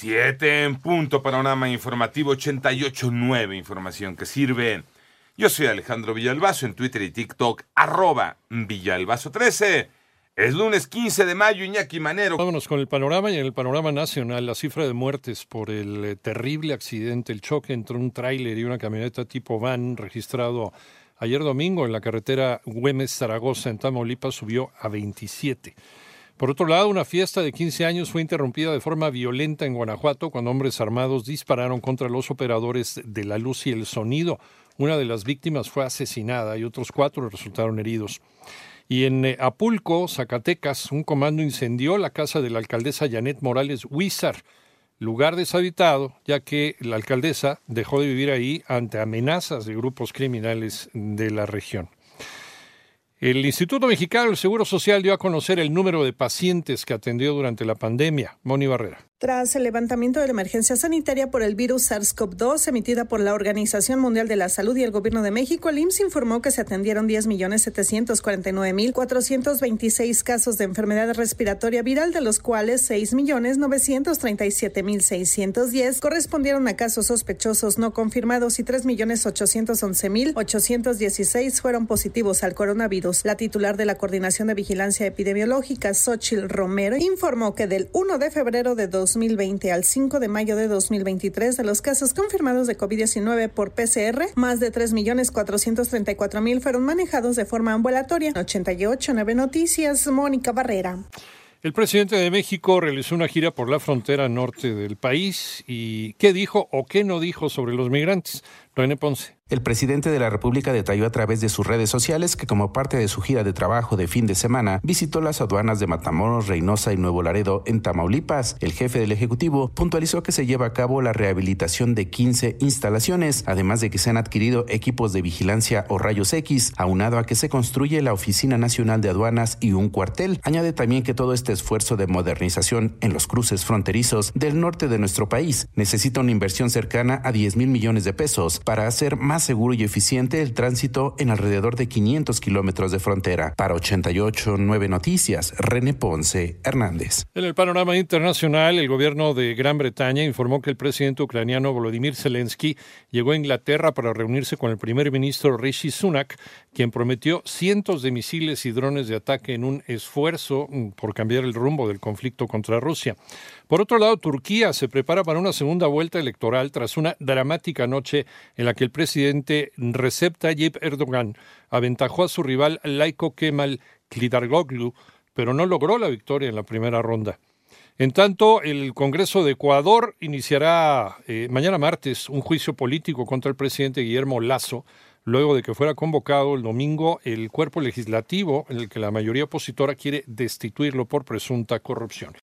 7 en punto, panorama informativo 88.9, información que sirve. Yo soy Alejandro Villalbazo, en Twitter y TikTok, @Villalbazo13. Es lunes 15 de mayo, Iñaki Manero. Vámonos con el panorama, y en el panorama nacional, la cifra de muertes por el terrible accidente, el choque entre un tráiler y una camioneta tipo van registrado ayer domingo en la carretera Güemes-Zaragoza en Tamaulipas subió a 27. Por otro lado, una fiesta de 15 años fue interrumpida de forma violenta en Guanajuato cuando hombres armados dispararon contra los operadores de la luz y el sonido. Una de las víctimas fue asesinada y otros 4 resultaron heridos. Y en Apulco, Zacatecas, un comando incendió la casa de la alcaldesa Janet Morales Huizar, lugar deshabitado, ya que la alcaldesa dejó de vivir ahí ante amenazas de grupos criminales de la región. El Instituto Mexicano del Seguro Social dio a conocer el número de pacientes que atendió durante la pandemia. Moni Barrera. Tras el levantamiento de la emergencia sanitaria por el virus SARS-CoV-2 emitida por la Organización Mundial de la Salud y el Gobierno de México, el IMSS informó que se atendieron 10.749.426 casos de enfermedad respiratoria viral, de los cuales 6.937.610 correspondieron a casos sospechosos no confirmados y 3.811.816 fueron positivos al coronavirus. La titular de la Coordinación de Vigilancia Epidemiológica, Xóchitl Romero, informó que del 1 de febrero de 2020 al 5 de mayo de 2023, de los casos confirmados de COVID-19 por PCR, más de 3.434.000 fueron manejados de forma ambulatoria. 88.9 Noticias, Mónica Barrera. El presidente de México realizó una gira por la frontera norte del país. ¿Y qué dijo o qué no dijo sobre los migrantes? René Ponce. El presidente de la República detalló a través de sus redes sociales que como parte de su gira de trabajo de fin de semana, visitó las aduanas de Matamoros, Reynosa y Nuevo Laredo en Tamaulipas. El jefe del Ejecutivo puntualizó que se lleva a cabo la rehabilitación de 15 instalaciones, además de que se han adquirido equipos de vigilancia o rayos X, aunado a que se construye la Oficina Nacional de Aduanas y un cuartel. Añade también que todo este esfuerzo de modernización en los cruces fronterizos del norte de nuestro país necesita una inversión cercana a 10,000 millones de pesos para hacer más seguro y eficiente el tránsito en alrededor de 500 kilómetros de frontera. Para 88.9 Noticias, René Ponce Hernández. En el panorama internacional, el gobierno de Gran Bretaña informó que el presidente ucraniano Volodymyr Zelensky llegó a Inglaterra para reunirse con el primer ministro Rishi Sunak, quien prometió cientos de misiles y drones de ataque en un esfuerzo por cambiar el rumbo del conflicto contra Rusia. Por otro lado, Turquía se prepara para una segunda vuelta electoral tras una dramática noche en la que el presidente Recep Tayyip Erdogan aventajó a su rival Laiko Kemal Kılıçdaroğlu, pero no logró la victoria en la primera ronda. En tanto, el Congreso de Ecuador iniciará mañana martes un juicio político contra el presidente Guillermo Lasso, luego de que fuera convocado el domingo el cuerpo legislativo en el que la mayoría opositora quiere destituirlo por presunta corrupción.